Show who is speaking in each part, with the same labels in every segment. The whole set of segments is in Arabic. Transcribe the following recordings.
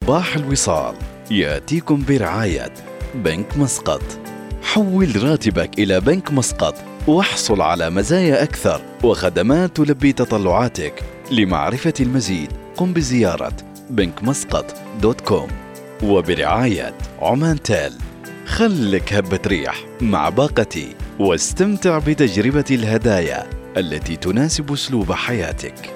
Speaker 1: صباح الوصال يأتيكم برعاية بنك مسقط. حول راتبك إلى بنك مسقط واحصل على مزايا أكثر وخدمات تلبي تطلعاتك. لمعرفة المزيد قم بزيارة بنكمسقط.com. وبرعاية عمان تيل. خلك هبة ريح مع باقتي واستمتع بتجربة الهدايا التي تناسب أسلوب حياتك.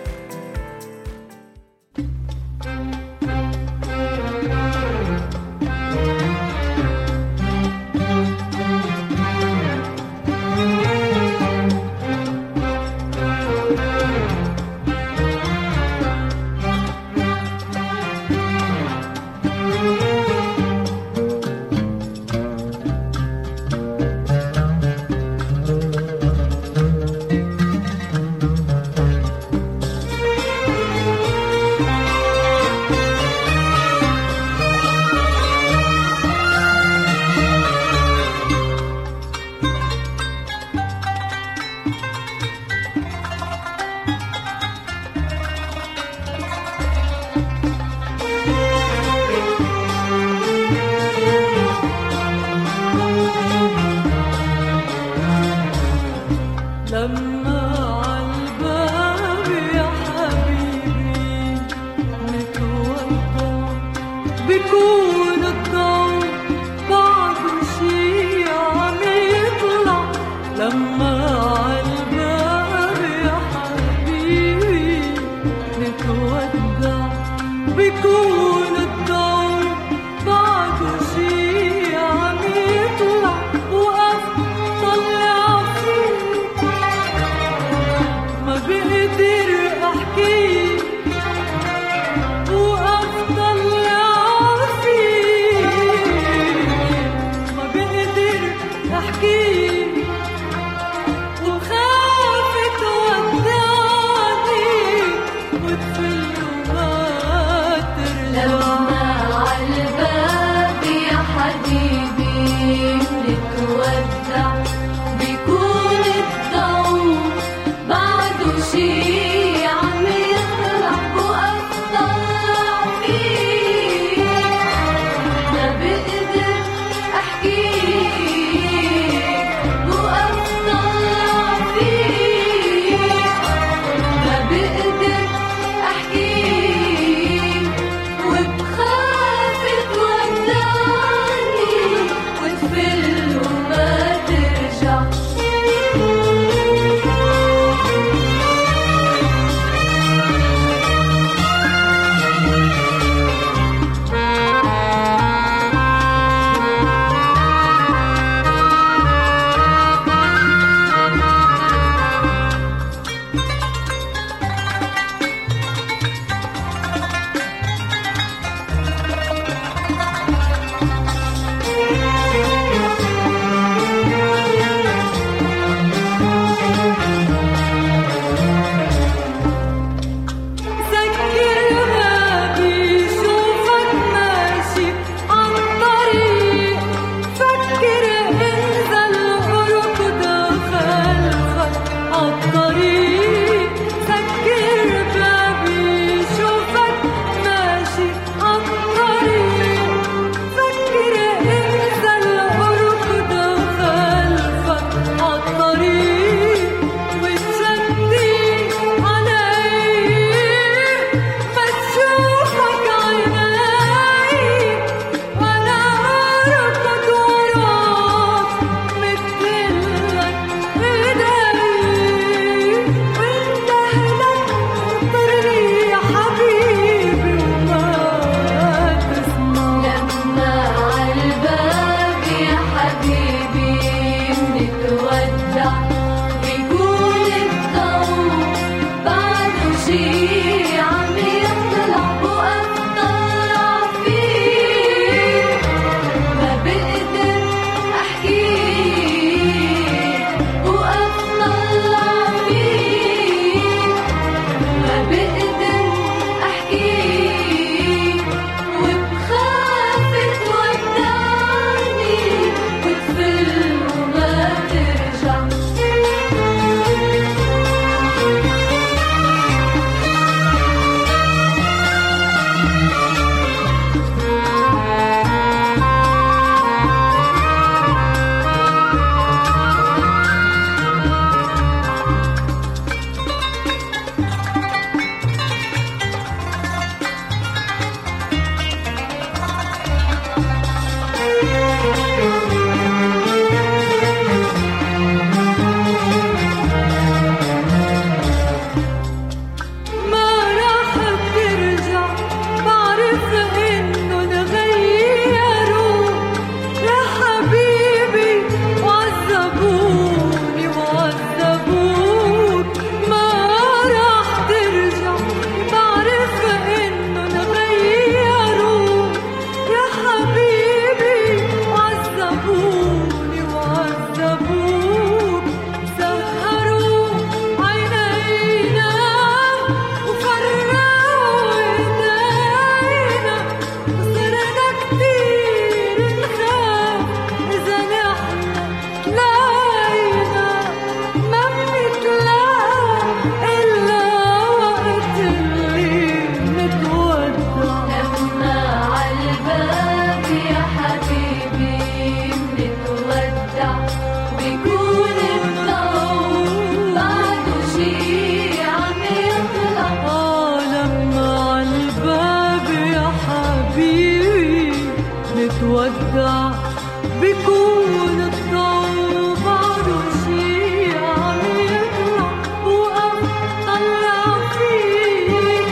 Speaker 2: بتودع بيكون الضوء بعده شي عم يطلع وقف طلع فيه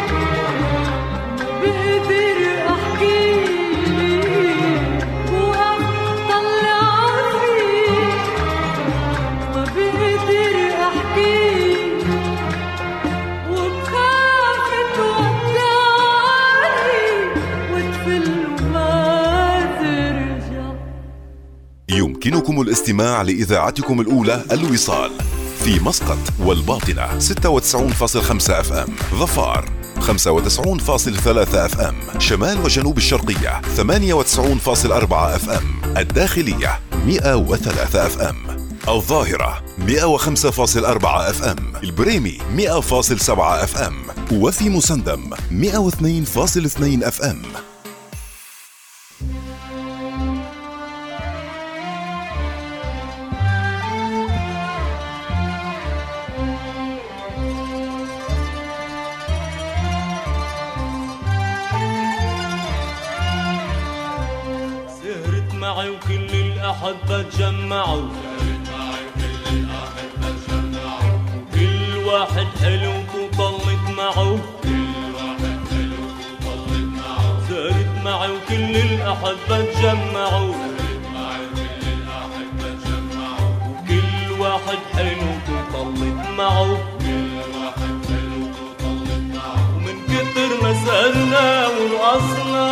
Speaker 2: بقدر أحكيلي وقف طلع فيه ما بقدر أحكيلي وبخاف تودعني وتفل وما ترجع.
Speaker 3: يمكنكم الاستماع لإذاعتكم الأولى الوصال في مسقط والباطنة 96.5 اف ام، ظفار 95.3 اف ام، شمال وجنوب الشرقية 98.4 اف ام، الداخلية 103 اف ام، الظاهرة 105.4 اف ام، البريمي 100.7 اف ام، وفي مسندم 102.2 اف ام.
Speaker 4: سهرت معي وكل الأحد بتجمعوا، كل واحد حلو وطلت معه، سهرت معي وكل الأحد بتجمعوا، وكل واحد حلو وطلت معه، ومن كتر ما سهرنا ورقصنا،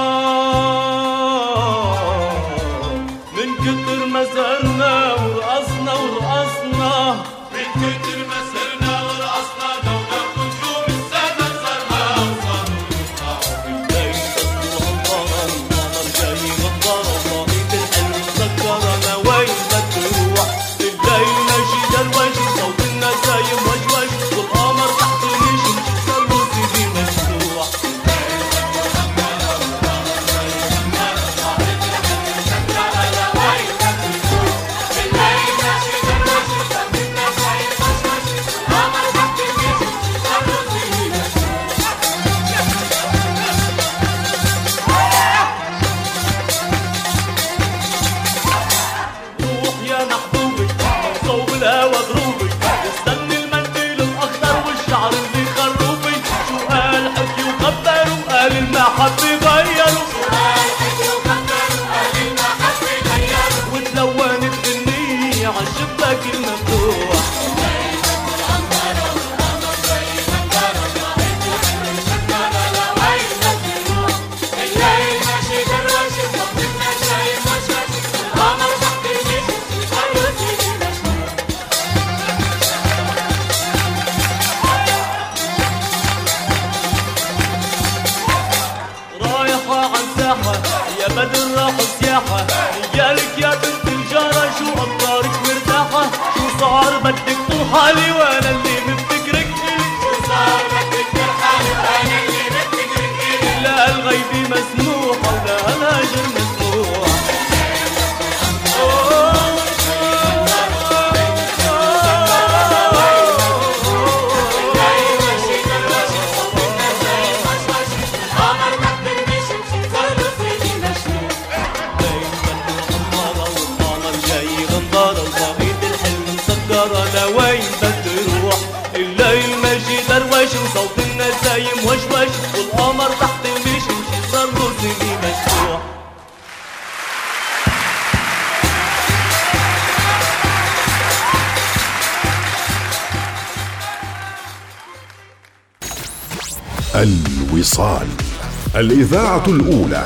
Speaker 4: من كتر ما سهرنا ورقصنا ورقصنا، من كتر ما سهرنا ورقصنا دونا نجوم السما صرنا وصرنا الليل بسطوها مطرة والقمر جاي غدارة وطاقية الحلم مسكرة لوين بدك تروح الليل ماشي دروش صوت النسايم وشوش والقمر تحت النجم صار سيدي مفتوح. روح يا محبوبي صوب الهوى ضروبي، استني المنديل الاخضر والشعر اللي خروبي، شو قال حكي وخبر وقال المحبة غيروا، وتلونت النية عالشباك المفتوح. رايحة عالساحة يا بدر راح سياحة، رجالك يا بنت الجارة شو أخبارك مرتاحة، شو صار بدك ترحلي وأنا اللي مفتكرك إلي، شو صار بدك ترحلي وأنا اللي مفتكرك إلي، لا الغيبة مسموحة ولا الهجر مسموح. لوين بدك تروح الليل ماشي دروش وصوت النسايم وشوش والقمر تحت النجم صار له سيدي مفتوح.
Speaker 3: الوصال، الإذاعة الأولى.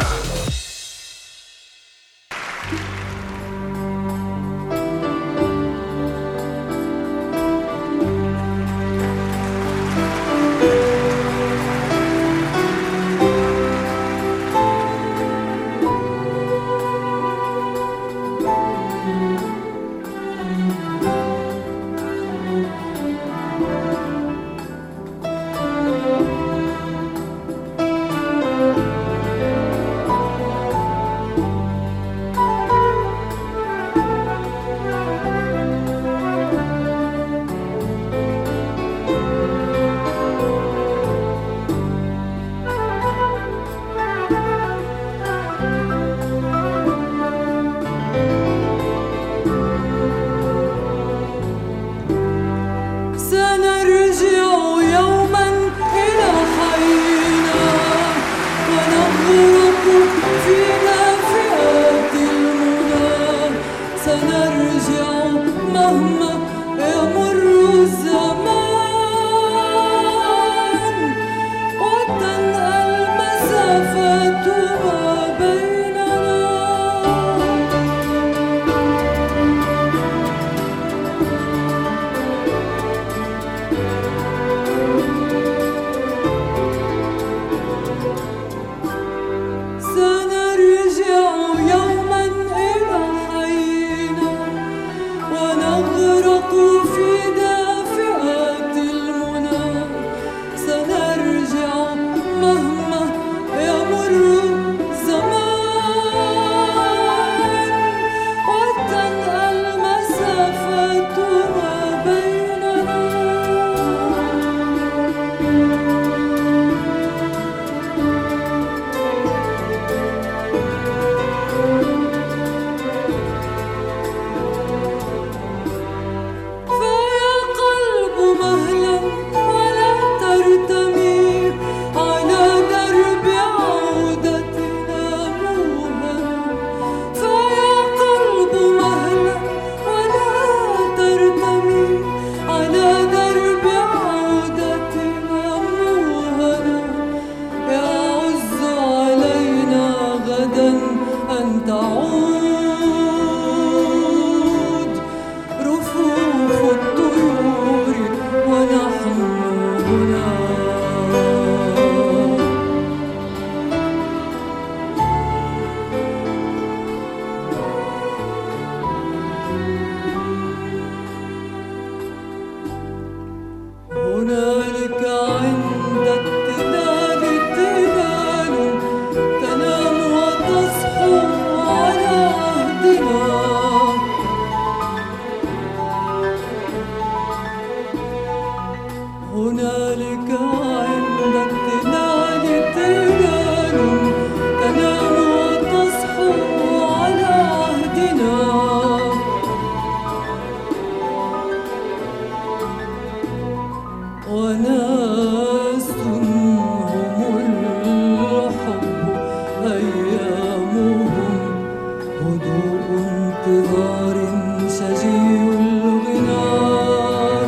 Speaker 2: أيامهم هدوء انتظار شجي الغناء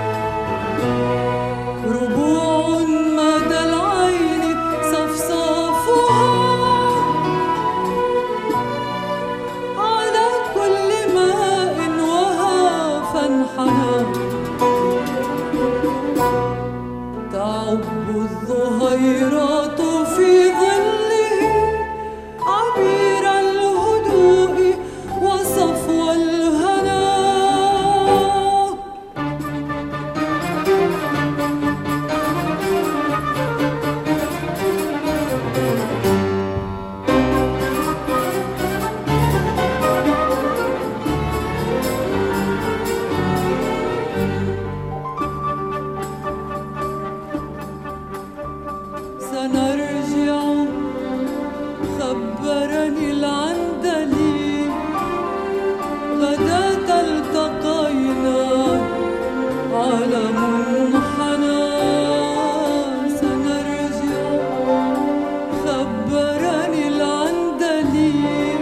Speaker 2: ربوع مدى العين صفصافها على كل ماء وها فانحنى تعب الظهيرات في ظله عبير الهدوء وصفو الهنا سنرجع خبرني العندلي غداة التقينا على منحنى سنرجع خبرني العندلي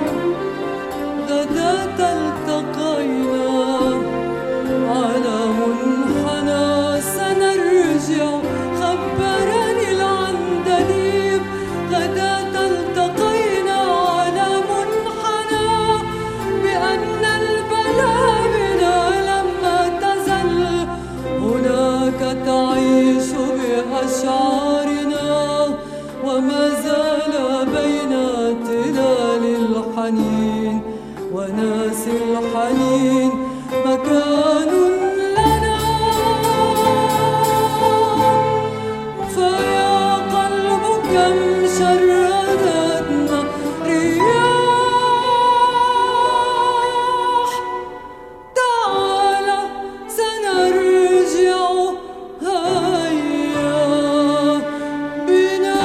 Speaker 2: غداة التقينا على منحنى سنرجع خبرني العندليب غداة التقينا على منحنى بأن البلابل لما تزل هناك تعيش بأشعارنا وما زال بين تلال الحنين وناس الحنين مكان لنا فيا قلب كم شردتنا رياح تعال سنرجع هيا بنا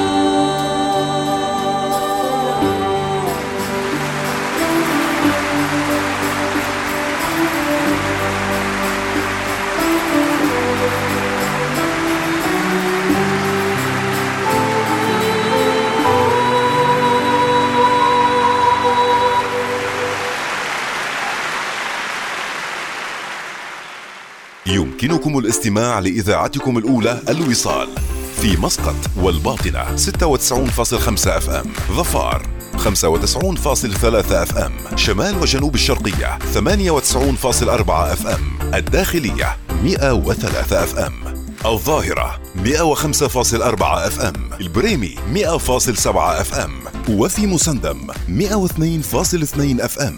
Speaker 3: يمكنكم الاستماع لإذاعتكم الأولى الوصال في مسقط والباطنة 96.5 FM، ظفار 95.3 FM، شمال وجنوب الشرقية 98.4 FM، الداخلية 103 FM، الظاهرة 105.4 FM، البريمي 100.7 FM، وفي مسندم 102.2 FM.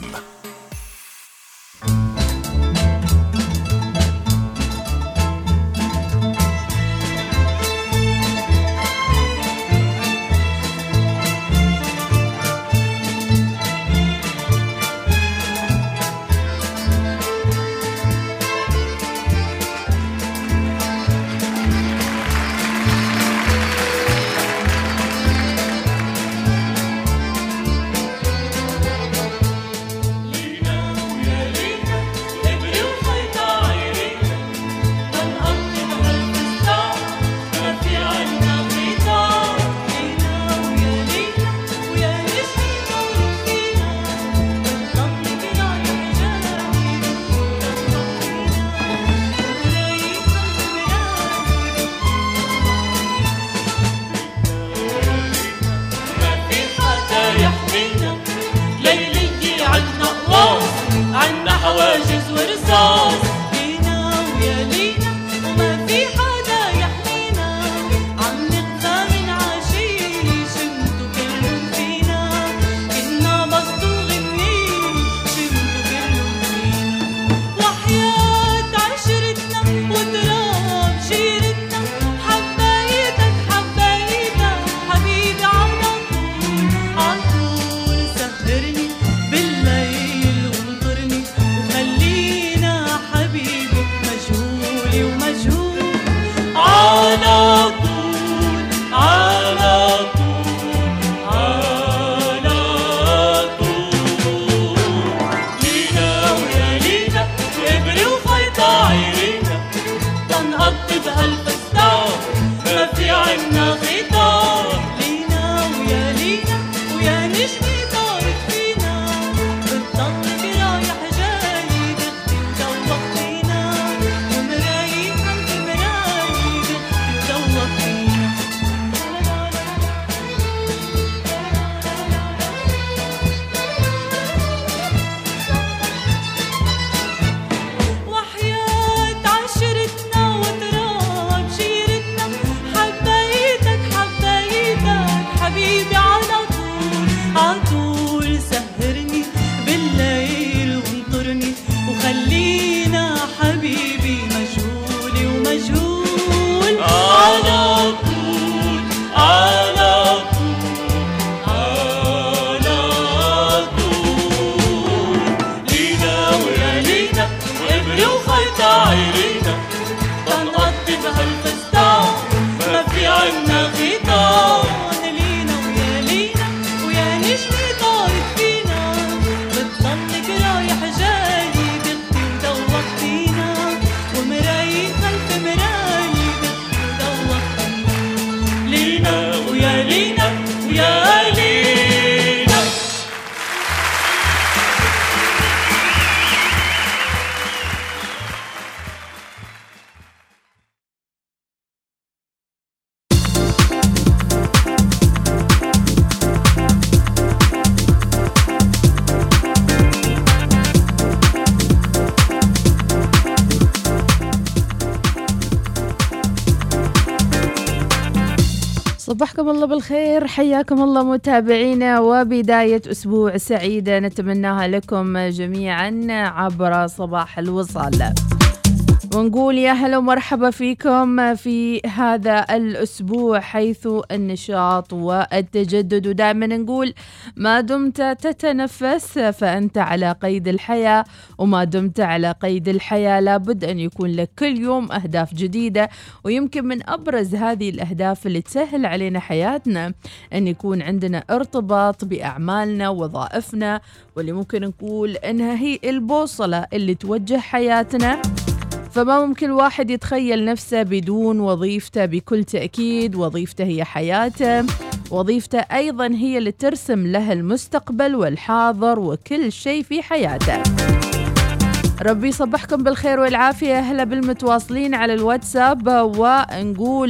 Speaker 5: صبحكم الله بالخير، حياكم الله متابعينا، وبداية أسبوع سعيدة نتمناها لكم جميعا عبر صباح الوصال. ونقول يا هلا ومرحبا فيكم في هذا الأسبوع حيث النشاط والتجدد، ودائما نقول ما دمت تتنفس فأنت على قيد الحياة، وما دمت على قيد الحياة لابد أن يكون لك كل يوم أهداف جديدة. ويمكن من أبرز هذه الأهداف اللي تسهل علينا حياتنا أن يكون عندنا ارتباط بأعمالنا ووظائفنا، واللي ممكن نقول أنها هي البوصلة اللي توجه حياتنا. فما ممكن واحد يتخيل نفسه بدون وظيفته، بكل تأكيد وظيفته هي حياته، وظيفته أيضا هي اللي ترسم له المستقبل والحاضر وكل شيء في حياته. ربي يصبحكم بالخير والعافية. هلا بالمتواصلين على الواتساب، ونقول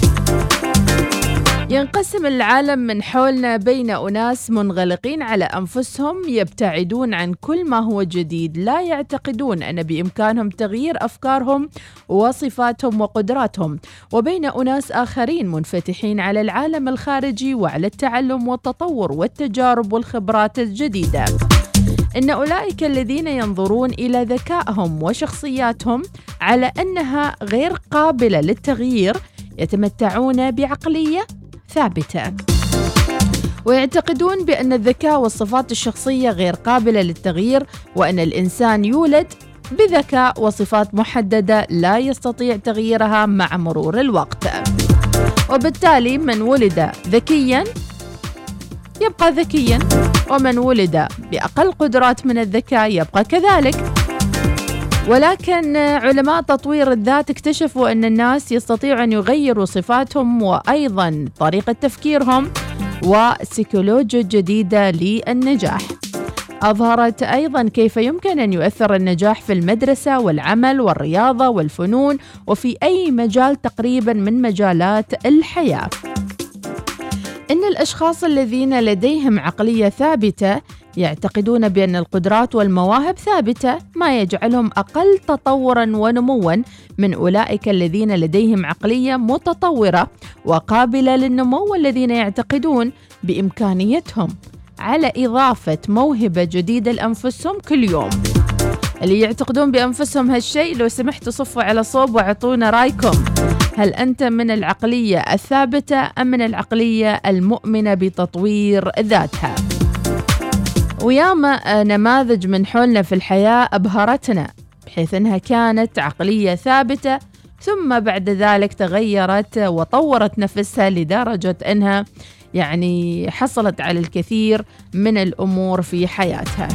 Speaker 5: ينقسم العالم من حولنا بين أناس منغلقين على أنفسهم يبتعدون عن كل ما هو جديد، لا يعتقدون أن بإمكانهم تغيير أفكارهم وصفاتهم وقدراتهم، وبين أناس آخرين منفتحين على العالم الخارجي وعلى التعلم والتطور والتجارب والخبرات الجديدة. إن أولئك الذين ينظرون إلى ذكائهم وشخصياتهم على أنها غير قابلة للتغيير يتمتعون بعقلية ثابتة، ويعتقدون بأن الذكاء والصفات الشخصية غير قابلة للتغيير، وأن الإنسان يولد بذكاء وصفات محددة لا يستطيع تغييرها مع مرور الوقت. وبالتالي من ولد ذكياً يبقى ذكياً، ومن ولد بأقل قدرات من الذكاء يبقى كذلك. ولكن علماء تطوير الذات اكتشفوا أن الناس يستطيعوا أن يغيروا صفاتهم وأيضا طريقة تفكيرهم وسيكولوجيا جديدة للنجاح. أظهرت أيضا كيف يمكن أن يؤثر النجاح في المدرسة والعمل والرياضة والفنون وفي أي مجال تقريبا من مجالات الحياة. إن الأشخاص الذين لديهم عقلية ثابتة يعتقدون بأن القدرات والمواهب ثابتة، ما يجعلهم أقل تطوراً ونمواً من أولئك الذين لديهم عقلية متطورة وقابلة للنمو، والذين يعتقدون بإمكانيتهم على إضافة موهبة جديدة لأنفسهم كل يوم. اللي يعتقدون بأنفسهم هالشيء لو سمحتوا صفوا على صوب وعطونا رأيكم، هل أنت من العقلية الثابتة أم من العقلية المؤمنة بتطوير ذاتها؟ وياما نماذج من حولنا في الحياة أبهرتنا بحيث أنها كانت عقلية ثابتة ثم بعد ذلك تغيرت وطورت نفسها لدرجة أنها يعني حصلت على الكثير من الأمور في حياتها.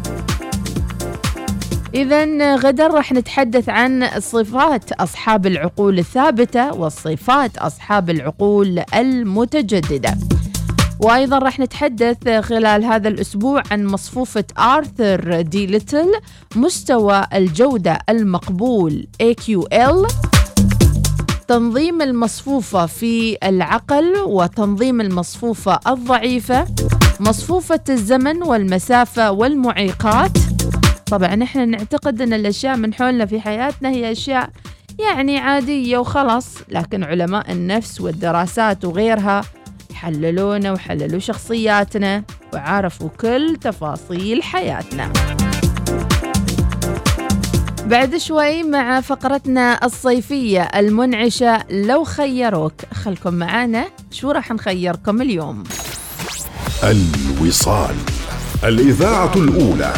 Speaker 5: إذن غدا رح نتحدث عن صفات أصحاب العقول الثابتة وصفات أصحاب العقول المتجددة، وأيضا رح نتحدث خلال هذا الأسبوع عن مصفوفة آرثر دي ليتل، مستوى الجودة المقبول AQL، تنظيم المصفوفة في العقل وتنظيم المصفوفة الضعيفة، مصفوفة الزمن والمسافة والمعيقات. طبعا نحن نعتقد أن الأشياء من حولنا في حياتنا هي أشياء يعني عادية وخلاص، لكن علماء النفس والدراسات وغيرها حللونا وحللوا شخصياتنا وعرفوا كل تفاصيل حياتنا. بعد شوي مع فقرتنا الصيفية المنعشة لو خيروك، خلكم معانا شو راح نخيركم اليوم.
Speaker 3: الوصال، الإذاعة الأولى.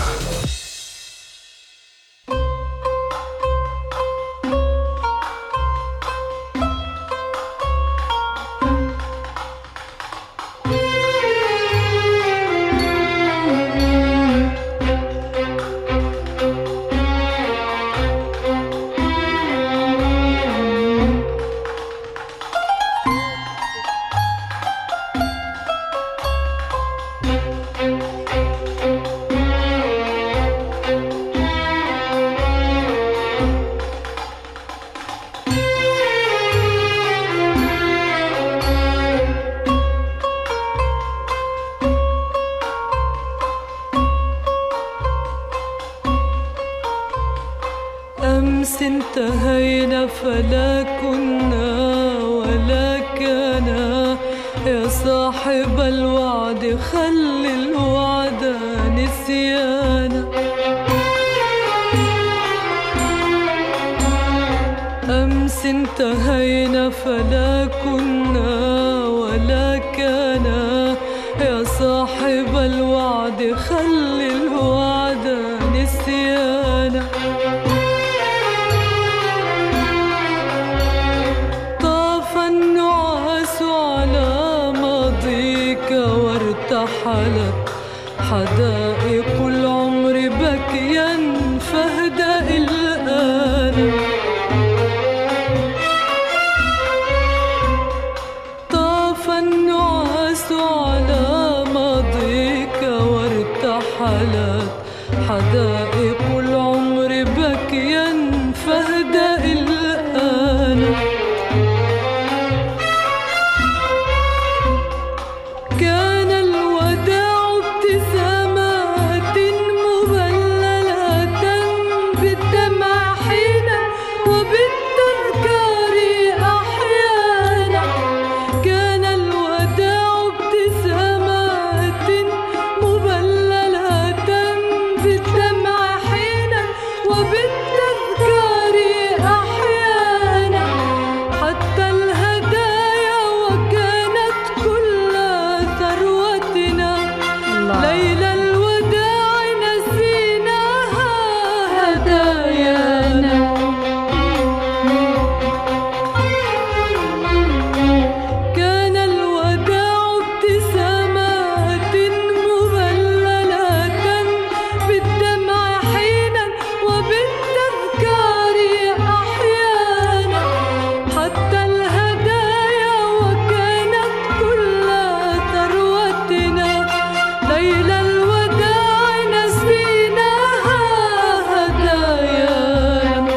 Speaker 2: أمس انتهينا فلا كنا ولا كان يا صاحب الوعد خلي الوعد نسيانا. أمس انتهينا فلا كنا ولا كان، يا صاحب الوعد خلي الوعد نسيانا. طاف النعاس على ماضيك وارتحلت حدائق العمر بكيا فاهدأ الآن. طاف النعاس على ماضيك وارتحلت حدائق العمر بكيا فاهدأ الآن. كان الوداع ابتسامات مبللة بالدمع حينا وبالتذكار أحيانا. كان الوداع ابتسامات مبللة بالدمع حينا وبالتذكار أحيانا. حتى الهدايا وكانت كل ثروتنا ليلى الوداع نسيناها هدايانا. كان الوداع ابتسامات مبللة بالدمع حينا وبالتذكار أحيانا. حتى الهدايا وكانت كل ثروتنا ليلى الوداع نسيناها هدايانا.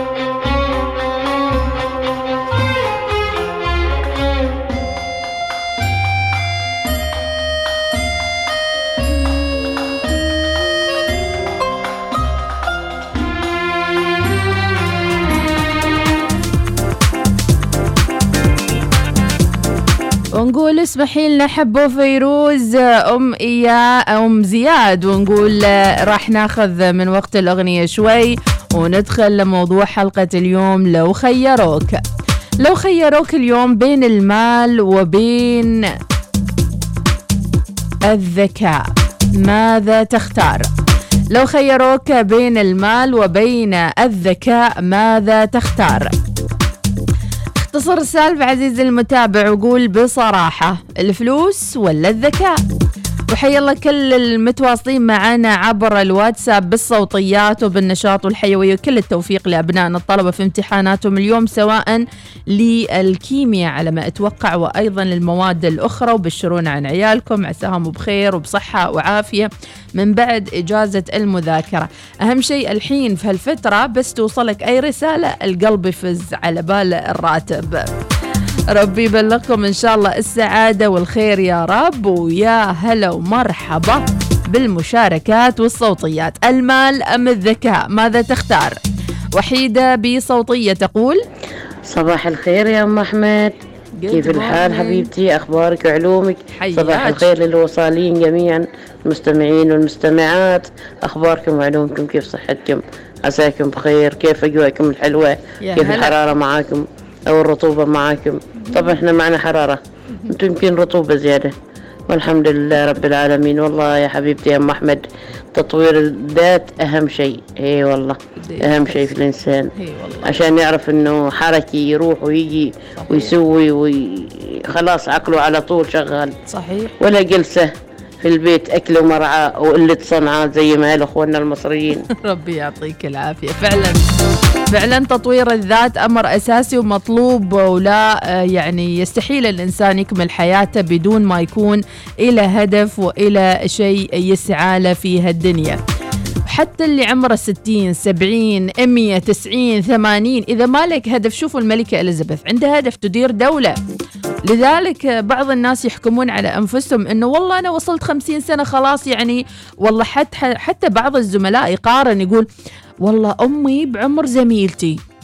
Speaker 5: ونقول اسمحي لنا حبوا فيروز أم زياد، ونقول راح ناخذ من وقت الأغنية شوي وندخل لموضوع حلقة اليوم. لو خيروك اليوم بين المال وبين الذكاء ماذا تختار؟ لو خيروك بين المال وبين الذكاء ماذا تختار؟ اختصر السالفة عزيزي المتابع وقول بصراحة الفلوس ولا الذكاء. وحيا الله كل المتواصلين معنا عبر الواتساب بالصوتيات وبالنشاط والحيوية، وكل التوفيق لأبنائنا الطلبة في امتحاناتهم اليوم سواء للكيمياء على ما أتوقع وأيضا للمواد الأخرى، وبشرونا عن عيالكم عساهم بخير وبصحة وعافية من بعد إجازة المذاكرة. أهم شيء الحين في هالفترة بس توصلك أي رسالة القلب يفز على بال الراتب. ربي يبلغكم إن شاء الله السعادة والخير يا رب، ويا هلا ومرحبا بالمشاركات والصوتيات. المال أم الذكاء ماذا تختار؟ وحيدة بصوتية تقول
Speaker 6: صباح الخير يا أم أحمد، كيف الحال حبيبتي؟ أخبارك وعلومك؟ صباح الخير للوصالين جميعا، المستمعين والمستمعات، أخباركم وعلومكم، كيف صحتكم؟ عساكم بخير، كيف أجواءكم الحلوة؟ كيف الحرارة معاكم أو الرطوبة معاكم؟ طبعا احنا معنا حرارة، انتم يمكن رطوبة زيادة، والحمد لله رب العالمين. والله يا حبيبتي يا أم أحمد تطوير الذات أهم شيء، اي والله أهم شيء في الإنسان، عشان يعرف إنه حركي يروح ويجي ويسوي وخلاص عقله على طول شغال.
Speaker 5: صحيح.
Speaker 6: ولا جلسة في البيت أكل ومرعى وقلة صنعاء زي ما قالوا أخواننا المصريين.
Speaker 5: ربي يعطيك العافية. فعلا تطوير الذات أمر أساسي ومطلوب، ولا يعني يستحيل الإنسان يكمل حياته بدون ما يكون إلى هدف وإلى شيء يسعى له في هالدنيا. حتى اللي عمره 60 70 100 90 80 إذا ما لك هدف، شوفوا الملكة إليزابيث عندها هدف تدير دولة. لذلك بعض الناس يحكمون على أنفسهم إنه والله أنا وصلت 50 سنة خلاص، يعني والله حتى بعض الزملاء يقارن يقول والله أمي بعمر زميلتي،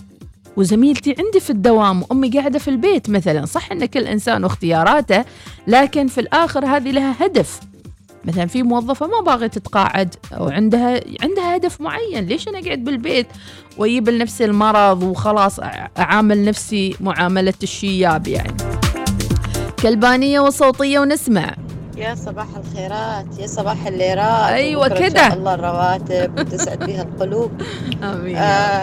Speaker 5: وزميلتي عندي في الدوام وأمي قاعدة في البيت مثلا. صح أن كل إنسان واختياراته، لكن في الآخر هذه لها هدف. مثلا في موظفة ما باغي تتقاعد أو عندها هدف معين، ليش أنا أقعد بالبيت ويجيب لنفسي المرض وخلاص أعامل نفسي معاملة الشياب يعني. كلبانية وصوتية ونسمع.
Speaker 7: يا صباح الخيرات، يا صباح الليرات.
Speaker 5: أيوة كده.
Speaker 7: الله الرواتب وتسعد بها القلوب.
Speaker 5: آمين.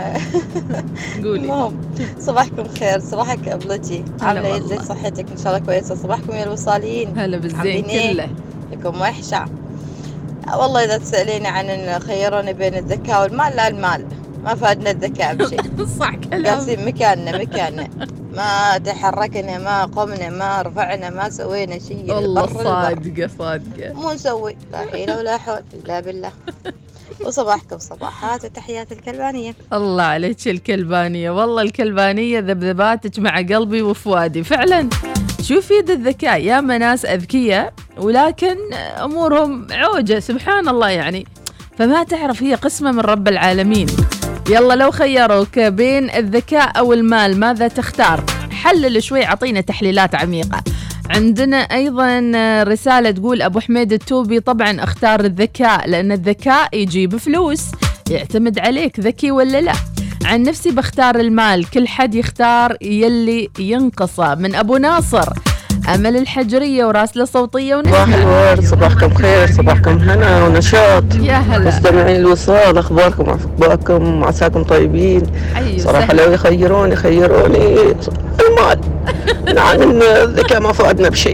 Speaker 7: قولي. صباحكم خير، صباحك أبلتي، عاملة ايه؟ ازيك صحتك؟ إن شاء الله كويسة. صباحكم يا الوصاليين.
Speaker 5: هلا بالزين كله.
Speaker 7: لكم وحشة. والله إذا تسأليني عن إن خيروني بين الذكاء والمال، لا المال ما فادنا الذكاء بشيء.
Speaker 5: صح كلام.
Speaker 7: قاسين مكاننا ما تحركنا، ما قمنا، ما رفعنا، ما سوينا شيء.
Speaker 5: والله صادقة
Speaker 7: مو نسوي، لا حيلة ولا حول إلا بالله. وصباحكم صباحات وتحيات الكلبانية.
Speaker 5: الله عليك الكلبانية، والله الكلبانية ذبذباتك مع قلبي وفؤادي فعلا. شوفي ذا الذكاء، يا ناس أذكياء ولكن أمورهم عوجة سبحان الله يعني، فما تعرف، هي قسمة من رب العالمين. يلا لو خيروك بين الذكاء أو المال ماذا تختار؟ حلل شوي، عطينا تحليلات عميقة. عندنا أيضا رسالة تقول أبو حميد التوبي طبعا اختار الذكاء، لأن الذكاء يجيب فلوس، يعتمد عليك ذكي ولا لا. عن نفسي بختار المال، كل حد يختار يلي ينقصه. من أبو ناصر. أمل الحجرية وراسلة صوتية ونسمع.
Speaker 8: صباح الورد، صباحكم خير، صباحكم هنا ونشاط.
Speaker 5: يا هلا
Speaker 8: مستمعين الوصال، أخباركم وأخباركم، عساكم طيبين. صراحة لو يخيروني المال. نعم الذكاء ما فادنا بشيء،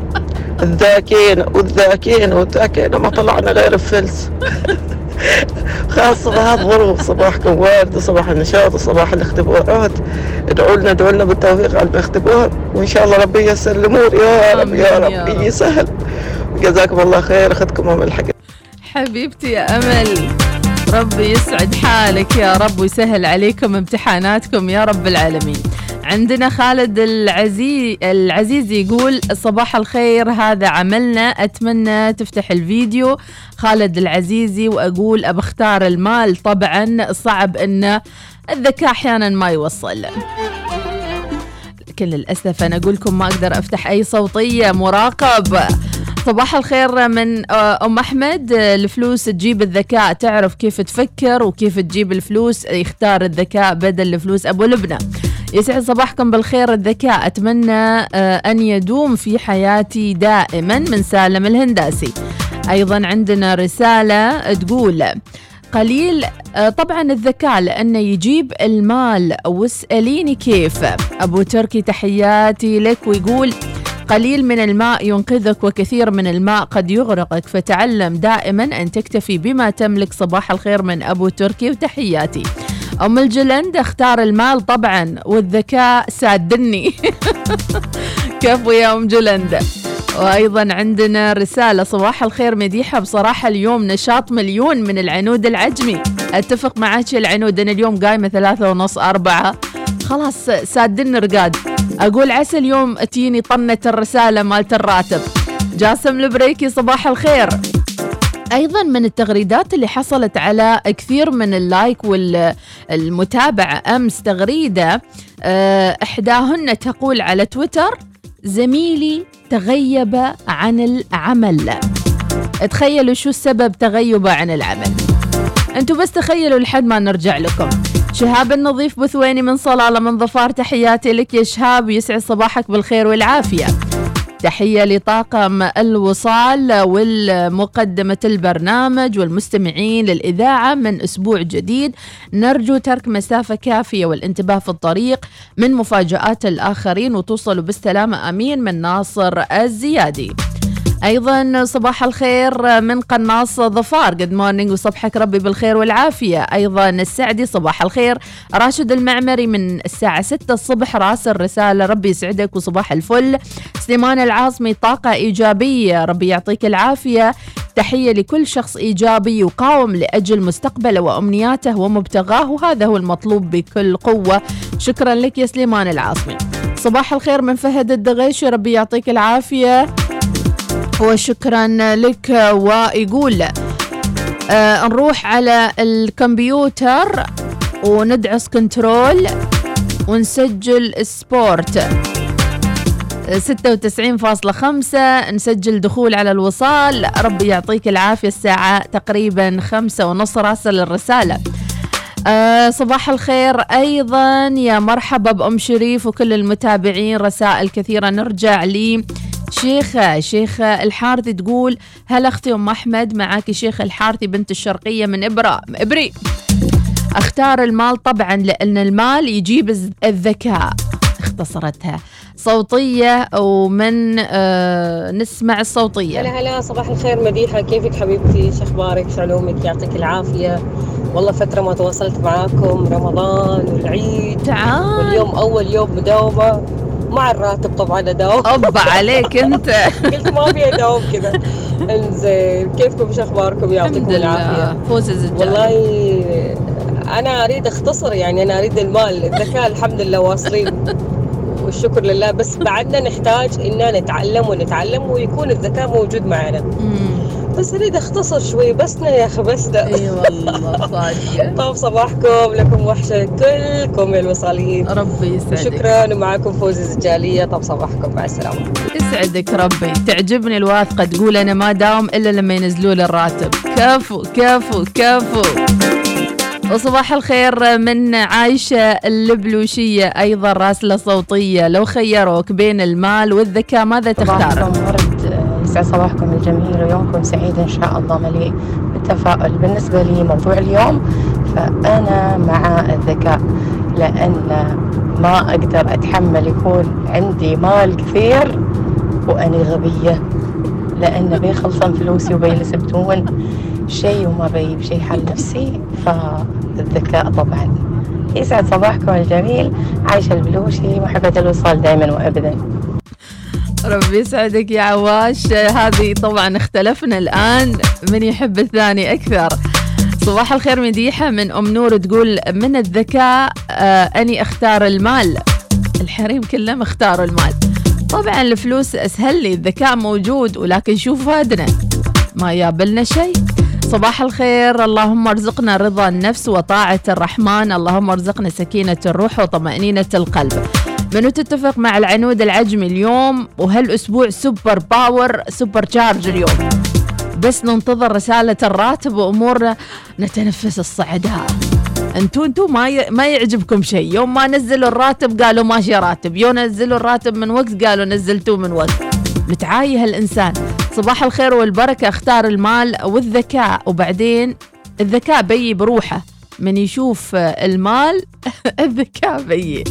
Speaker 8: الذاكين ما طلعنا غير الفلس. خاصة بهذا الظروف. صباحكم وارد وصباح النشاط وصباح الاختبارات. ادعوا لنا بالتوفيق على الاختبار، وإن شاء الله ربي ييسر الأمور يا رب يسهل. جزاكم الله خير، أخذكم من الحق.
Speaker 5: حبيبتي يا أمل، ربي يسعد حالك يا رب ويسهل عليكم امتحاناتكم يا رب العالمين. عندنا خالد العزيز يقول صباح الخير، هذا عملنا، أتمنى تفتح الفيديو. خالد العزيزي، وأقول أبختار المال طبعا، صعب أن الذكاء أحيانا ما يوصل، لكن للأسف أنا أقولكم ما أقدر أفتح أي صوتية، مراقب. صباح الخير من أم أحمد، الفلوس تجيب الذكاء، تعرف كيف تفكر وكيف تجيب الفلوس، يختار الذكاء بدل الفلوس. أبو لبنى، يسعد صباحكم بالخير، الذكاء أتمنى أن يدوم في حياتي دائما. من سالم الهنداسي. أيضا عندنا رسالة تقول قليل طبعا الذكاء لأنه يجيب المال، واسأليني كيف. أبو تركي تحياتي لك، ويقول قليل من الماء ينقذك وكثير من الماء قد يغرقك، فتعلم دائما أن تكتفي بما تملك. صباح الخير من أبو تركي وتحياتي. أم الجلند، اختار المال طبعا والذكاء سادني. كفو يا أم جلند. وأيضا عندنا رسالة صباح الخير مديحة، بصراحة اليوم نشاط مليون من العنود العجمي. أتفق معك العنود، أنا اليوم قايمة 3:30 4، خلاص سادن رقاد. أقول عسى اليوم تجيني طنة الرسالة مالت الراتب. جاسم البريكي، صباح الخير. أيضا من التغريدات اللي حصلت على كثير من اللايك والمتابعة أمس تغريدة إحداهن تقول على تويتر زميلي تغيب عن العمل. تخيلوا شو السبب تغيبه عن العمل، أنتوا بس تخيلوا لحد ما نرجع لكم. شهاب النظيف بثويني من صلالة من ظفار، تحياتي لك يا شهاب، يسعد صباحك بالخير والعافية. تحية لطاقم الوصال والمقدمة البرنامج والمستمعين للإذاعة من أسبوع جديد، نرجو ترك مسافة كافية والانتباه في الطريق من مفاجآت الآخرين، وتوصلوا بالسلامة آمين. من ناصر الزيادي. أيضا صباح الخير من قناص ظفار، جود مورنينج وصبحك ربي بالخير والعافية. أيضا السعدي، صباح الخير. راشد المعمري من الساعة 6 الصبح راسل رسالة ربي يسعدك وصباح الفل. سليمان العاصمي، طاقة إيجابية، ربي يعطيك العافية. تحية لكل شخص إيجابي يقاوم لأجل مستقبله وأمنياته ومبتغاه، وهذا هو المطلوب بكل قوة. شكرا لك يا سليمان العاصمي. صباح الخير من فهد الدغيشي، ربي يعطيك العافية وشكرا لك. ويقول نروح على الكمبيوتر وندعس كنترول ونسجل سبورت 96.5 نسجل دخول على الوصال. ربي يعطيك العافية. الساعة تقريبا 5:30 راسل الرسالة. صباح الخير أيضا يا مرحبا بأم شريف وكل المتابعين. رسائل كثيرة. نرجع لي شيخة الحارثي تقول هلا أختي أم أحمد، معاكي شيخة الحارثي بنت الشرقية من إبري. اختار المال طبعا لأن المال يجيب الذكاء. اختصرتها صوتية ومن نسمع الصوتية.
Speaker 9: هلا صباح الخير مديحة، كيفك حبيبتي؟ شخبارك؟ شعلومك؟ يعطيك العافية. والله فترة ما تواصلت معاكم، رمضان والعيد
Speaker 5: تعال،
Speaker 9: واليوم أول يوم مداومة مع الراتب طبعا أداوم.
Speaker 5: أبا عليك أنت.
Speaker 9: قلت ما في أداوم كذا. انزين كيفكم؟ شخباركم؟ يعطيكم العافية.
Speaker 5: فوز الزجاج.
Speaker 9: والله أنا أريد أختصر، يعني أنا أريد المال، الذكاء الحمد لله واصلين والشكر لله، بس بعدنا نحتاج إننا نتعلم ويكون الذكاء موجود معنا. بس أريد أختصر شوي بسنا يا أخي بسنا.
Speaker 5: أي والله صادقة.
Speaker 9: طيب صباحكم، لكم وحشة كلكم الوصاليين.
Speaker 5: ربي يسعدك.
Speaker 9: شكرا، ومعكم فوز الزجالية. طب صباحكم، مع السلامة.
Speaker 5: يسعدك ربي. تعجبني الواثقة تقول أنا ما داوم إلا لما ينزلوا لي الراتب. كفو كفو كفو. وصباح الخير من عايشة اللبلوشية أيضا راسلة صوتية. لو خيروك بين المال والذكاء ماذا تختار؟
Speaker 10: يسعد صباحكم الجميل ويومكم سعيد إن شاء الله مليء بالتفاؤل. بالنسبة لي موضوع اليوم فأنا مع الذكاء، لأن ما أقدر أتحمل يكون عندي مال كثير وأني غبية، لأن بيخلصن فلوسي وبيلسبتون شيء وما بيجيب شيء حل نفسي. فالذكاء طبعا. يسعد صباحكم الجميل. عايشة البلوشي، محبة الوصال دائما وأبدا.
Speaker 5: ربي يسعدك يا عواش. هذه طبعا اختلفنا الآن من يحب الثاني أكثر. صباح الخير مديحة من أم نور تقول من الذكاء أني أختار المال. الحريم كلهم اختاروا المال. طبعا الفلوس أسهل لي، الذكاء موجود ولكن شوف فادنا ما يابلنا شيء. صباح الخير. اللهم ارزقنا رضا النفس وطاعة الرحمن، اللهم ارزقنا سكينة الروح وطمأنينة القلب. منو تتفق مع العنود العجمي اليوم؟ وهالأسبوع سوبر باور سوبر تشارج اليوم، بس ننتظر رسالة الراتب وأمورنا نتنفس الصعداء. انتو ما يعجبكم شيء. يوم ما نزلوا الراتب قالوا ماشي راتب، يوم نزلوا الراتب من وقت قالوا نزلتوه من وقت. متعايه الإنسان. صباح الخير والبركة. اختار المال والذكاء، وبعدين الذكاء بيي بروحه من يشوف المال. الذكاء بيي.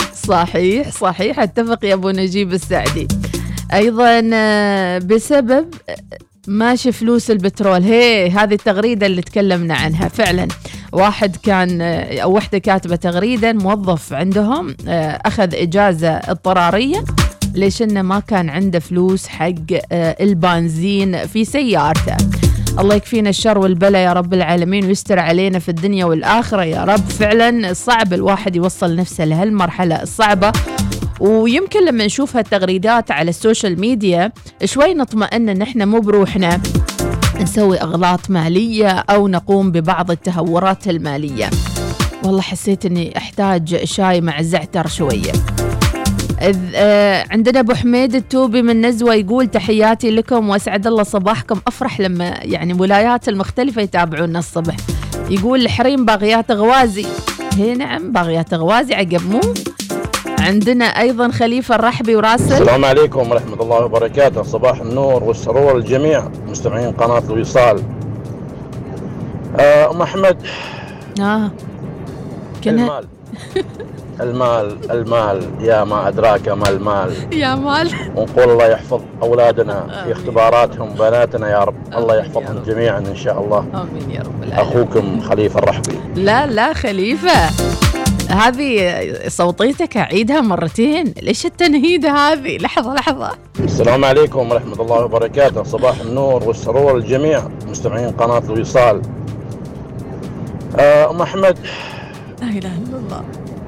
Speaker 5: صحيح اتفق يا ابو نجيب السعدي. ايضا بسبب ماشي فلوس البترول. هذه التغريدة اللي تكلمنا عنها فعلا. واحد كان او وحدة كاتبة تغريدة، موظف عندهم اخذ اجازة اضطرارية ليش انه ما كان عنده فلوس حق البنزين في سيارته. الله يكفينا الشر والبلاء يا رب العالمين ويستر علينا في الدنيا والآخرة يا رب. فعلا صعب الواحد يوصل نفسه لهالمرحلة الصعبة، ويمكن لما نشوف هالتغريدات على السوشيال ميديا شوي نطمئن ان احنا مو بروحنا نسوي أغلاط مالية أو نقوم ببعض التهورات المالية. والله حسيت اني احتاج شاي مع زعتر شوية. عندنا أبو حميد التوبي من نزوة يقول تحياتي لكم وأسعد الله صباحكم. أفرح لما يعني ولايات المختلفة يتابعونا الصبح. يقول الحريم باغيات غوازي. نعم باغيات غوازي عقب مو. عندنا أيضا خليفة الرحبي وراسل.
Speaker 11: السلام عليكم ورحمة الله وبركاته. صباح النور والسرور الجميع مستمعين قناة الوصال. أم أحمد. المال. المال يا ما أدراك ما المال
Speaker 5: يا مال.
Speaker 11: ونقول الله يحفظ أولادنا في اختباراتهم، بناتنا يا رب. الله يحفظهم جميعا إن شاء الله.
Speaker 5: آمين يا رب العالمين.
Speaker 11: أخوكم خليفة الرحبي.
Speaker 5: لا خليفة، هذه صوتيتك أعيدها مرتين. ليش التنهيدة هذه؟ لحظة.
Speaker 11: السلام عليكم ورحمة الله وبركاته. صباح النور والسرور الجميع مستمعين قناة الوصال. أم أحمد.
Speaker 5: لا إله إلا الله.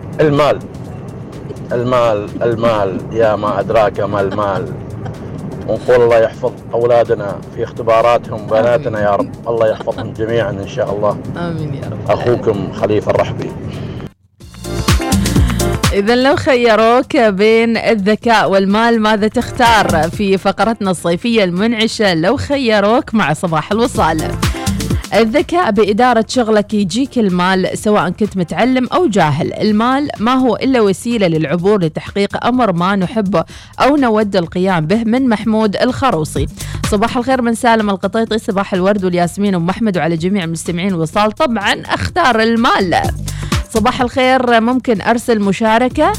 Speaker 11: المال يا ما أدراك ما المال ونقول الله يحفظ أولادنا في اختباراتهم، بناتنا يا رب. الله يحفظهم جميعا إن شاء الله.
Speaker 5: آمين يا رب.
Speaker 11: أخوكم خليفة الرحبي.
Speaker 5: إذا لو خيروك بين الذكاء والمال ماذا تختار؟ في فقرتنا الصيفية المنعشة لو خيروك مع صباح الوصال. الذكاء بإدارة شغلك يجيك المال سواء كنت متعلم أو جاهل. المال ما هو إلا وسيلة للعبور لتحقيق أمر ما نحبه أو نود القيام به. من محمود الخروصي. صباح الخير من سالم القطيطي، صباح الورد والياسمين وأم أحمد وعلى جميع المستمعين وصال. طبعا أختار المال. صباح الخير، ممكن أرسل مشاركة؟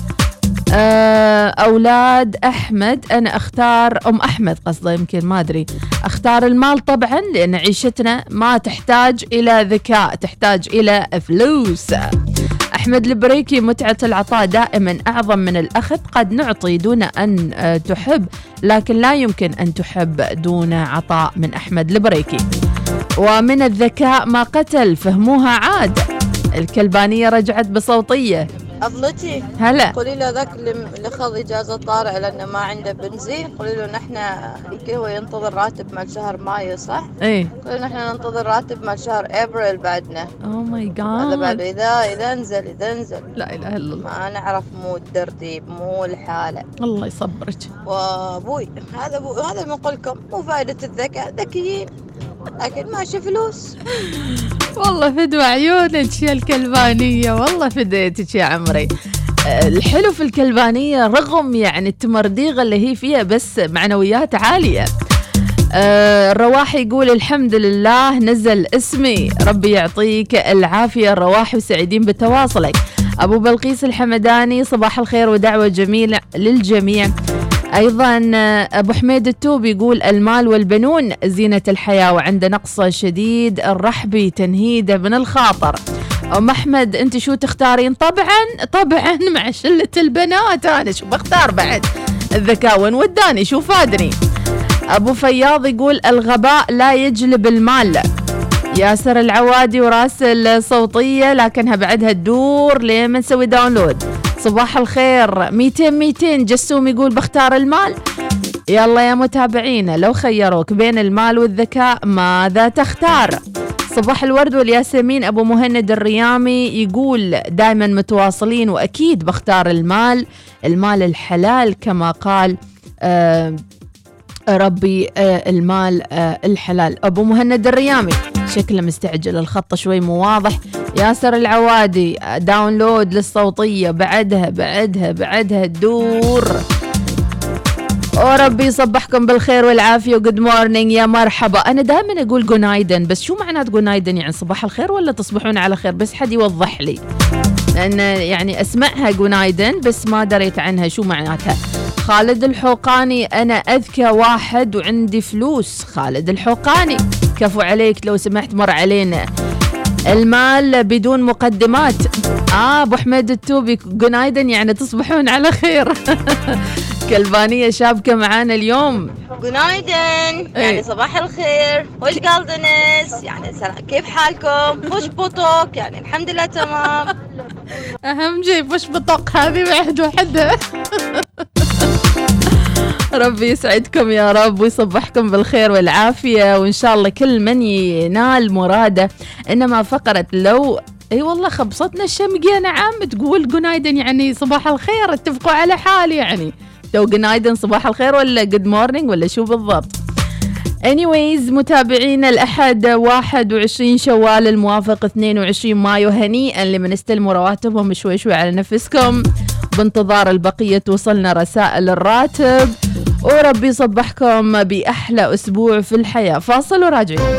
Speaker 5: أولاد أحمد، أنا أختار أم أحمد قصده، يمكن ما أدري. أختار المال طبعا لأن عيشتنا ما تحتاج إلى ذكاء، تحتاج إلى فلوس. أحمد البريكي، متعة العطاء دائما أعظم من الأخذ. قد نعطي دون أن تحب، لكن لا يمكن أن تحب دون عطاء. من أحمد البريكي. ومن الذكاء ما قتل فهموها عاد. الكلبانية رجعت بصوتية.
Speaker 7: أبلتي
Speaker 5: هلا،
Speaker 7: قولي له ذاك اللي خذ إجازة طارئة لأنه ما عنده بنزين، قولي له نحن هو ينتظر راتب مال شهر مايو صح؟
Speaker 5: إيه،
Speaker 7: قولي له نحن ننتظر راتب مال شهر أبريل بعدنا.
Speaker 5: أوه ماي جاد.
Speaker 7: هذا بعد إذا نزل
Speaker 5: لا إله إلا الله.
Speaker 7: ما نعرف مو الترتيب مو الحالة.
Speaker 5: الله يصبرك.
Speaker 7: وأبوي هذا بنقول لكم مو فائدة الذكاء، ذكيين لكن ماشي فلوس.
Speaker 5: والله فدوى عيونك يا الكلبانية، والله فديتك يا عمري. الحلو في الكلبانية رغم يعني التمرديغة اللي هي فيها بس معنويات عالية. الرواحي يقول الحمد لله نزل اسمي، ربي يعطيك العافية الرواحي وسعيدين بتواصلك. أبو بلقيس الحمداني، صباح الخير ودعوة جميلة للجميع. أيضا أبو حميد التوبي يقول المال والبنون زينة الحياة وعند نقص شديد الرحب تنهيده من الخاطر. أم أحمد أنت شو تختارين؟ طبعا مع شلة البنات أنا شو بختار بعد؟ الذكاء وين وداني شو فادني. أبو فياض يقول الغباء لا يجلب المال. ياسر العوادي وراسل صوتية لكنها بعدها تدور لين ما نسوي داونلود. صباح الخير 200 جسوم يقول بختار المال. يلا يا متابعين لو خيروك بين المال والذكاء ماذا تختار؟ صباح الورد والياسمين. أبو مهند الريامي يقول دائما متواصلين وأكيد بختار المال الحلال كما قال ربي المال الحلال. أبو مهند الريامي شكله مستعجل، الخط شوي مو واضح. ياسر العوادي داونلود للصوتية بعدها تدور. وربي يصبحكم بالخير والعافية وجود مورنينج يا مرحبا. أنا دائما أقول جونايدن، بس شو معنات جونايدن؟ يعني صباح الخير ولا تصبحون على خير؟ بس حد يوضح لي، لأن يعني أسمعها جونايدن بس ما دريت عنها شو معناتها. خالد الحوقاني أنا أذكى واحد وعندي فلوس. خالد الحوقاني كفو عليك لو سمحت مر علينا. المال بدون مقدمات. أبو حميد التوبي جونايدن يعني تصبحون على خير. كلبانية شابكة معانا اليوم.
Speaker 7: جونايدن يعني صباح الخير والقالدنس يعني سلام، كيف حالكم؟ فش بطوك يعني الحمد لله تمام.
Speaker 5: أهم شيء فش بطوك هذه واحد وحدة. ربي يسعدكم يا رب ويصبحكم بالخير والعافية وإن شاء الله كل من ينال مراده. إنما فقرة لو والله خبصتنا الشمقية نعم تقول جونايدن يعني صباح الخير، اتفقوا على حال يعني لو جونايدن صباح الخير ولا جود مورنينج ولا شو بالضبط. anyways متابعين الأحد 21 شوال الموافق 22 مايو، هنيئا لمن استلموا رواتبهم شوي على نفسكم. بانتظار البقية توصلنا رسائل الراتب وربي يصبحكم بأحلى أسبوع في الحياة. فاصل وراجعين.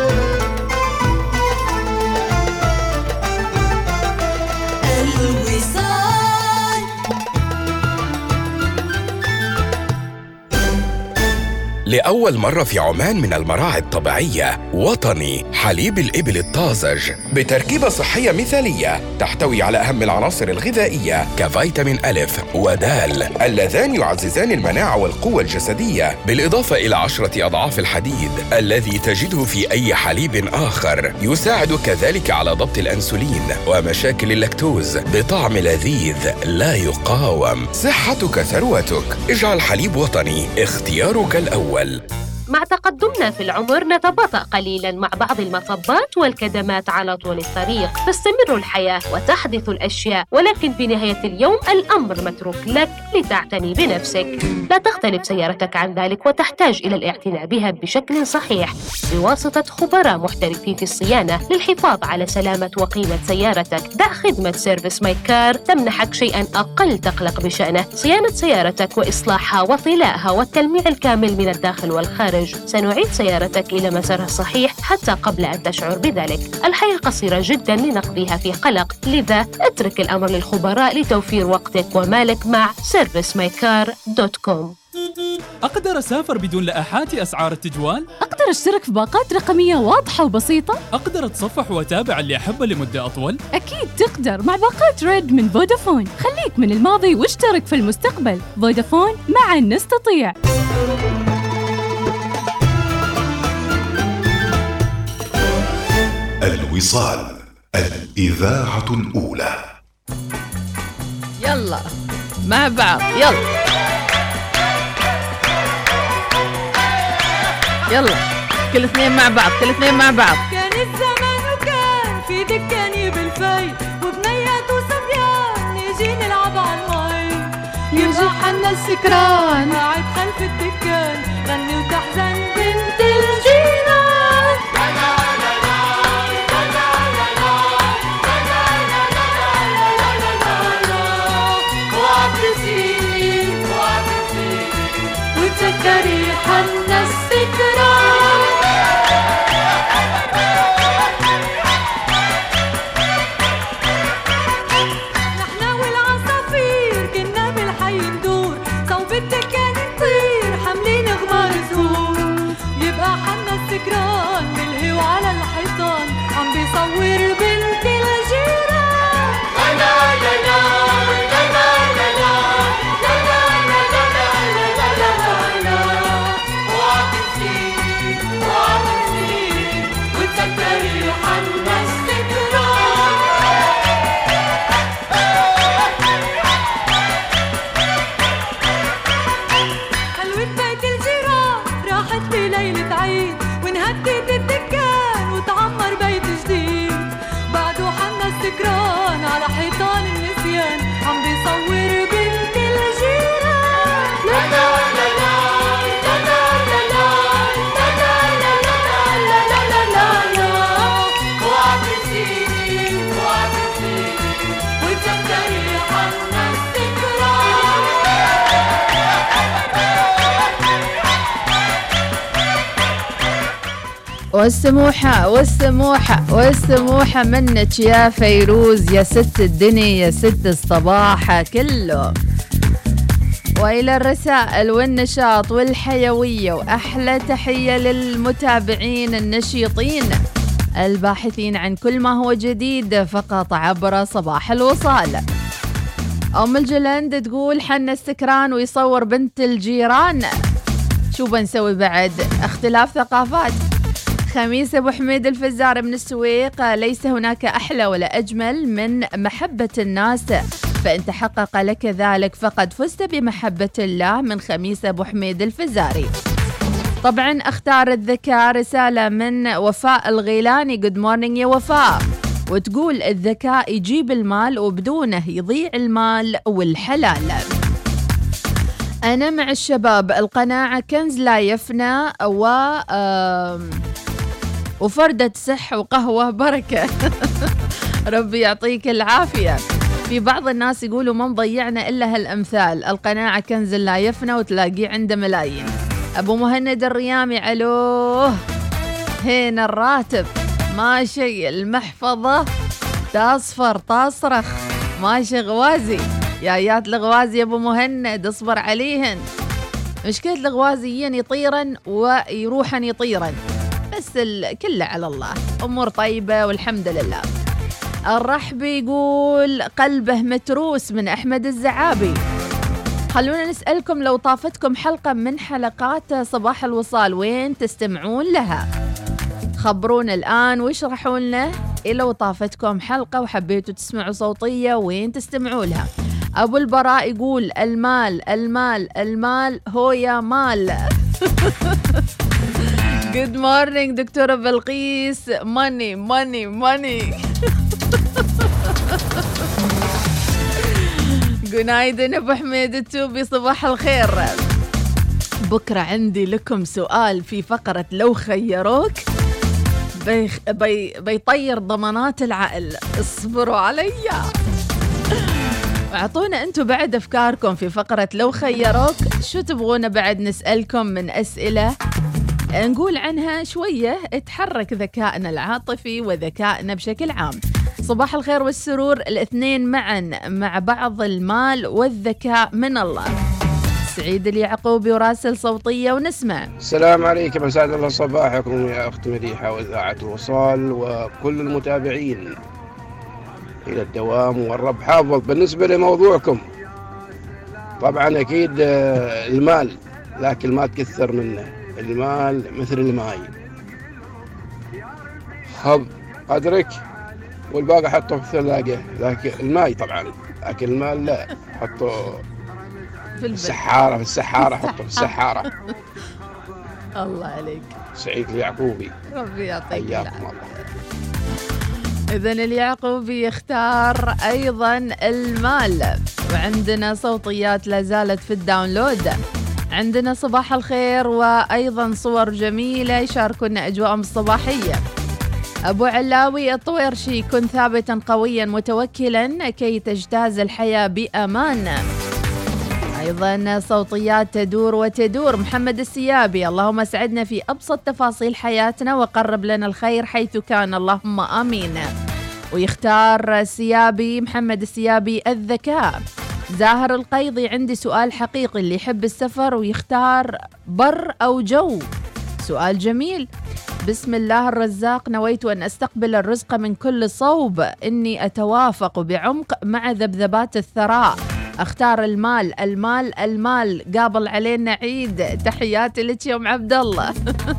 Speaker 12: لأول مرة في عمان من المراعي الطبيعية وطني حليب الإبل الطازج بتركيبة صحية مثالية تحتوي على أهم العناصر الغذائية كفيتامين ألف ودال اللذان يعززان المناعة والقوة الجسدية، بالإضافة إلى 10 أضعاف الحديد الذي تجده في أي حليب آخر. يساعد كذلك على ضبط الأنسولين ومشاكل اللاكتوز بطعم لذيذ لا يقاوم. صحتك ثروتك، اجعل حليب وطني اختيارك الأول.
Speaker 13: مع تقدمنا في العمر نتباطأ قليلاً مع بعض المطبات والكدمات على طول الطريق. تستمر الحياة وتحدث الأشياء، ولكن في نهاية اليوم الأمر متروك لك لتعتني بنفسك. لا تختلف سيارتك عن ذلك، وتحتاج إلى الاعتناء بها بشكل صحيح بواسطة خبراء محترفين في الصيانة للحفاظ على سلامة وقيمة سيارتك. دع خدمة سيرفيس ماي كار تمنحك شيئاً أقل تقلق بشأنه، صيانة سيارتك وإصلاحها وطلائها والتلميع الكامل من الداخل والخارج. سنعيد سيارتك إلى مسارها الصحيح حتى قبل أن تشعر بذلك. الحياة قصيرة جداً لنقضيها في قلق، لذا اترك الأمر للخبراء لتوفير وقتك ومالك مع servicemycar.com.
Speaker 14: أقدر أسافر بدون لائحات أسعار التجوال؟
Speaker 15: أقدر أشترك في باقات رقمية واضحة وبسيطة؟
Speaker 14: أقدر أتصفح وأتابع اللي أحبه لمدة أطول؟
Speaker 15: أكيد تقدر مع باقات ريد من فودافون. خليك من الماضي واشترك في المستقبل. فودافون، معا نستطيع.
Speaker 3: الوصال، الإذاعة الأولى.
Speaker 5: يلا مع بعض، يلا يلا كل اثنين مع بعض، كل اثنين مع بعض.
Speaker 2: كان الزمان وكان في دكاني بالفي، وبنيات وصبيان نيجي نلعب عالمي.
Speaker 5: يجي حنا السكران
Speaker 2: قاعد خلف الدكان، غني وتحزن بنت الجيران. وتذكري حنا السكران. نحنا والعصافير كنا بالحي ندور، صوب الدكان نطير حاملين غمار زهور. يبقى حنا السكران بالهوا على الحيطان عم بيصور بنت الجيران. لا لا لا لا لا لا على حيطان النسيان عم بيصور بنت الجيران. لا لا لا لا لا لا لا لا لا لا لا لا لا. وعبتيني وتذكري حنا السكران.
Speaker 5: والسموحة منك يا فيروز، يا ست الدنيا، يا ست الصباح كله. وإلى الرسائل والنشاط والحيوية، وأحلى تحية للمتابعين النشيطين الباحثين عن كل ما هو جديد فقط عبر صباح الوصال. أم الجلند تقول حنا السكران ويصور بنت الجيران. شو بنسوي بعد؟ اختلاف ثقافات. خميس أبو حميد الفزار من السويق، ليس هناك أحلى ولا أجمل من محبة الناس، فإن تحقق لك ذلك فقد فزت بمحبة الله. من خميس أبو حميد الفزاري. طبعا اختار الذكاء، رسالة من وفاء الغيلاني. جود مورنينج يا وفاء، وتقول الذكاء يجيب المال وبدونه يضيع المال والحلال. أنا مع الشباب، القناعة كنز لا يفنى، وفردة صح وقهوة بركة. ربي يعطيك العافية. في بعض الناس يقولوا ما مضيعنا إلا هالأمثال، القناعة كنز لا يفنى وتلاقيه عنده ملايين. أبو مهند الريامي، ألوه هنا الراتب ماشي، المحفظة تصفر تصرخ، ماشي غوازي. يايات الغوازي يا أبو مهند اصبر عليهن. مشكلة الغوازيين يطيرن ويروحن يطيرن، بس كله على الله، أمور طيبة والحمد لله. الرحبي يقول قلبه متروس من أحمد الزعابي. خلونا نسألكم، لو طافتكم حلقة من حلقات صباح الوصال وين تستمعون لها؟ خبرونا الآن واشرحوا لنا لو طافتكم حلقة وحبيتوا تسمعوا صوتية وين تستمعوا لها. أبو البراء يقول المال المال المال هو يا مال. Good morning دكتورة بلقيس. money money money. جنايدن أبو حميد التوبي، صباح الخير. بكرة عندي لكم سؤال في فقرة لو خيروك بيطير ضمانات العقل. اصبروا علي. اعطونا انتم بعد افكاركم في فقرة لو خيروك، شو تبغونا بعد نسألكم من أسئلة نقول عنها شوية تحرك ذكائنا العاطفي وذكائنا بشكل عام. صباح الخير والسرور، الاثنين معا مع بعض، المال والذكاء من الله. سعيد اليعقوبي وراسل صوتية ونسمع.
Speaker 16: السلام عليكم، أسعد الله صباحكم يا أخت مديحة وإذاعة الوصال وكل المتابعين إلى الدوام، والرب حافظ. بالنسبة لموضوعكم طبعا أكيد المال، لكن ما تكثر منه. المال مثل الماء، خذ قدرك والباقي حطه في الثلاجة. لكن الماء طبعا، لكن المال لا، حطه في السحارة. في السحارة حطه في السحارة.
Speaker 5: الله عليك.
Speaker 16: سعيد اليعقوبي،
Speaker 5: ربي يعطيك
Speaker 16: العافية.
Speaker 5: إذن اليعقوبي يختار أيضا المال. وعندنا صوتيات لا زالت في الداونلود. عندنا صباح الخير وأيضا صور جميلة يشاركونا أجواءهم الصباحية. أبو علاوي الطويرشي، كن ثابتا قويا متوكلا كي تجتاز الحياة بأمان. أيضا صوتيات تدور وتدور. محمد السيابي، اللهم اسعدنا في أبسط تفاصيل حياتنا وقرب لنا الخير حيث كان، اللهم آمين. ويختار السيابي، محمد السيابي، الذكاء. زاهر القيضي، عندي سؤال حقيقي، اللي يحب السفر ويختار بر أو جو. سؤال جميل. بسم الله الرزاق، نويت أن أستقبل الرزق من كل صوب، إني أتوافق بعمق مع ذبذبات الثراء. اختار المال المال المال، قابل علينا عيد. تحياتي لك يا ام عبد الله.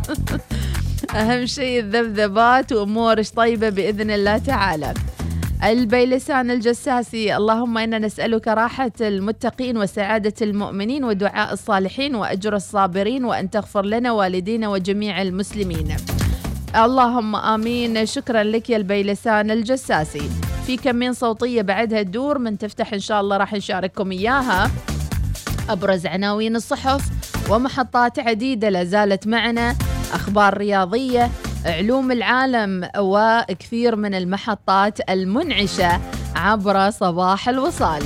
Speaker 5: اهم شيء الذبذبات وامورش طيبه باذن الله تعالى. البيلسان الجساسي، اللهم انا نسالك راحه المتقين وسعاده المؤمنين ودعاء الصالحين واجر الصابرين، وان تغفر لنا والدينا وجميع المسلمين. اللهم آمين. شكرا لك يا البيلسان الجساسي. في كمين صوتية بعدها تدور من تفتح إن شاء الله راح نشارككم إياها. أبرز عناوين الصحف ومحطات عديدة لازالت معنا، أخبار رياضية، علوم العالم، وكثير من المحطات المنعشة عبر صباح الوصال.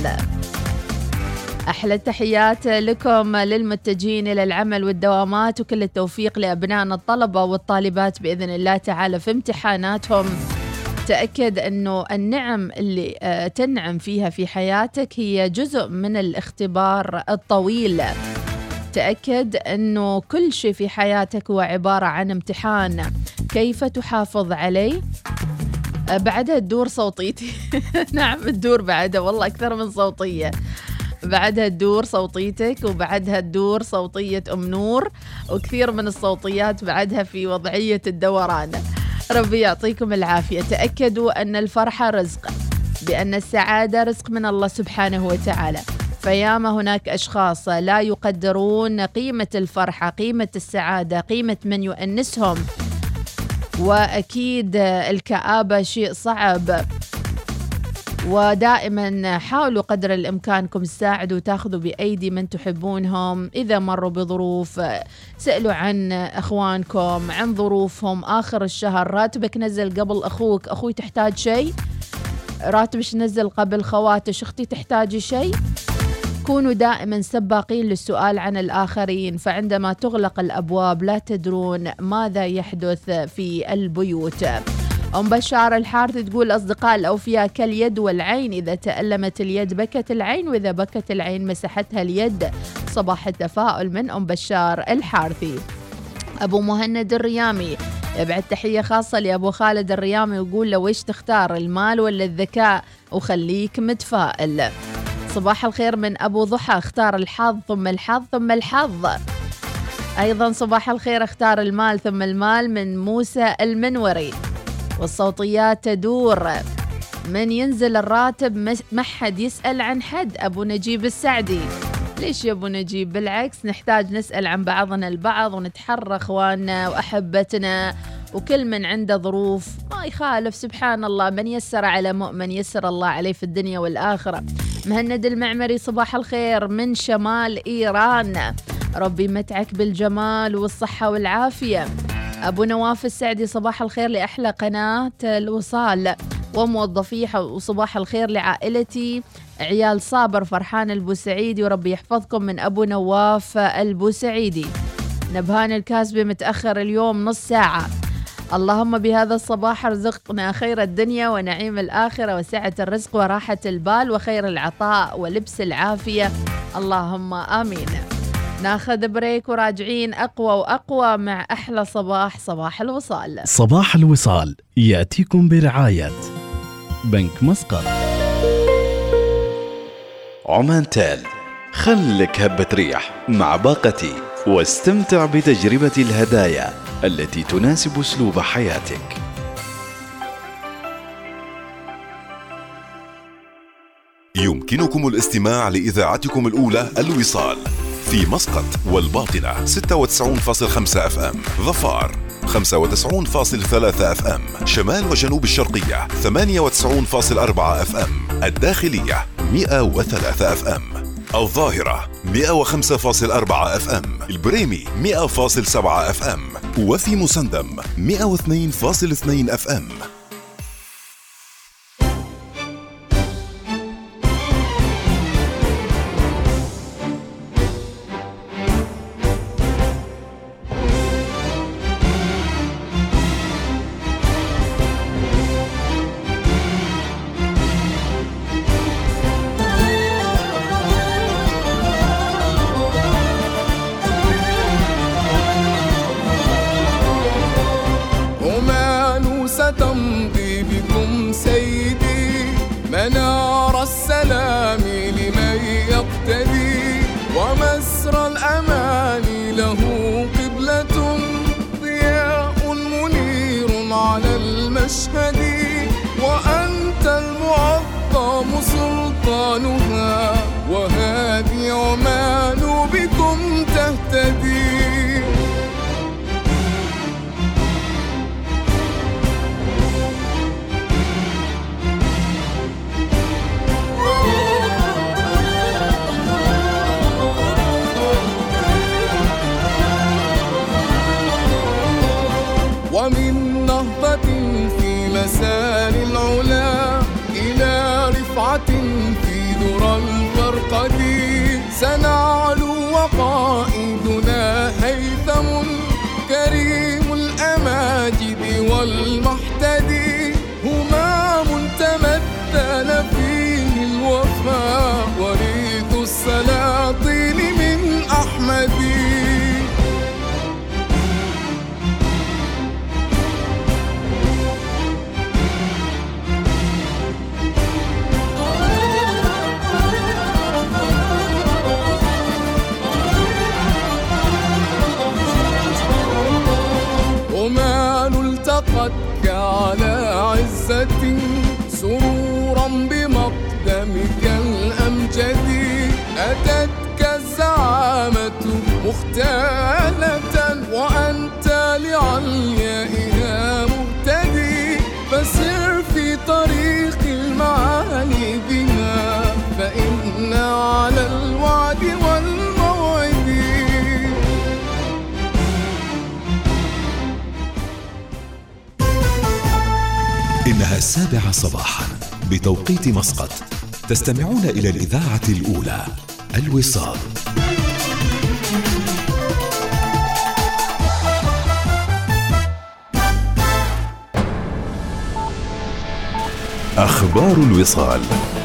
Speaker 5: أحلى التحيات لكم للمتجهين إلى العمل والدوامات، وكل التوفيق لأبنائنا الطلبة والطالبات بإذن الله تعالى في امتحاناتهم. تأكد أنه النعم اللي تنعم فيها في حياتك هي جزء من الاختبار الطويل. تأكد أنه كل شيء في حياتك هو عبارة عن امتحان، كيف تحافظ عليه. بعدها تدور صوتيتي. نعم تدور بعدها، والله أكثر من صوتية. بعدها تدور صوتيتك، وبعدها تدور صوتية أم نور، وكثير من الصوتيات بعدها في وضعية الدوران. ربي يعطيكم العافية. تأكدوا أن الفرحة رزق، بأن السعادة رزق من الله سبحانه وتعالى. فياما هناك أشخاص لا يقدرون قيمة الفرحة، قيمة السعادة، قيمة من يؤنسهم. وأكيد الكآبة شيء صعب، ودائما حاولوا قدر الإمكانكم تساعدوا وتاخذوا بأيدي من تحبونهم. إذا مروا بظروف سألوا عن أخوانكم، عن ظروفهم. آخر الشهر راتبك نزل قبل أخوك، أخوي تحتاج شيء، راتبش نزل قبل خواتش، أختي تحتاجي شيء. كونوا دائما سباقين للسؤال عن الآخرين، فعندما تغلق الأبواب لا تدرون ماذا يحدث في البيوت. أم بشار الحارث تقول أصدقاء الأوفياء كاليد والعين، إذا تألمت اليد بكت العين، وإذا بكت العين مسحتها اليد. صباح التفاؤل من أم بشار الحارثي. أبو مهند الريامي يبعد تحية خاصة لأبو خالد الريامي، ويقول له ويش تختار، المال ولا الذكاء، وخليك متفائل. صباح الخير من أبو ضحى، اختار الحظ ثم الحظ ثم الحظ. أيضا صباح الخير، اختار المال ثم المال من موسى المنوري. والصوتيات تدور، من ينزل الراتب ما حد يسأل عن حد. أبو نجيب السعدي، ليش يا أبو نجيب؟ بالعكس نحتاج نسأل عن بعضنا البعض ونتحرى أخواننا وأحبتنا، وكل من عنده ظروف ما يخالف. سبحان الله، من يسر على مؤمن يسر الله عليه في الدنيا والآخرة. مهند المعمري صباح الخير من شمال إيران، ربي متعك بالجمال والصحة والعافية. أبو نواف السعدي صباح الخير لأحلى قناة الوصال وموظفيها، وصباح الخير لعائلتي عيال صابر فرحان البوسعيدي، وربي يحفظكم من أبو نواف البوسعيدي. نبهان الكاسبي متأخر اليوم نص ساعة، اللهم بهذا الصباح ارزقنا خير الدنيا ونعيم الآخرة وسعة الرزق وراحة البال وخير العطاء ولبس العافية، اللهم آمين. ناخذ بريك وراجعين أقوى وأقوى مع أحلى صباح، صباح الوصال.
Speaker 1: صباح الوصال يأتيكم برعاية بنك مسقط. عمان تال، خلك هبة ريح مع باقتي واستمتع بتجربة الهدايا التي تناسب أسلوب حياتك.
Speaker 3: يمكنكم الاستماع لإذاعتكم الأولى الوصال في مسقط والباطنة 96.5 FM، ظفار 95.3 FM، شمال وجنوب الشرقية 98.4 FM، الداخلية 103 FM، الظاهرة 105.4 FM، البريمي 100.7 FM، وفي مسندم 102.2 FM.
Speaker 17: تمضي بكم سيدي منار السلام لمن يقتدي، ومسرى الأمان له قبلة ضياء منير على المشهد، وأنت المعظم سلطانها، وهذه عمان بكم تهتدي. ومن نهضة في مسار العلا إلى رفعة في ذرى الفرقد، سنعلو وقائدنا هيثم كريم الأماجد والمحتدي، همام تمثل فيه الوفاء وريث السلاطين من أحمدي. التقتك على عزة سرورا بمقدمك الأمجد، أتتك الزعامة مختالة وأنت لعليائها مهتدي، فسر في طريق المعالي بها فإن على الوعد والموعد.
Speaker 3: إنها 7 صباحا بتوقيت مسقط، تستمعون إلى الإذاعة الأولى الوصال. أخبار الوصال.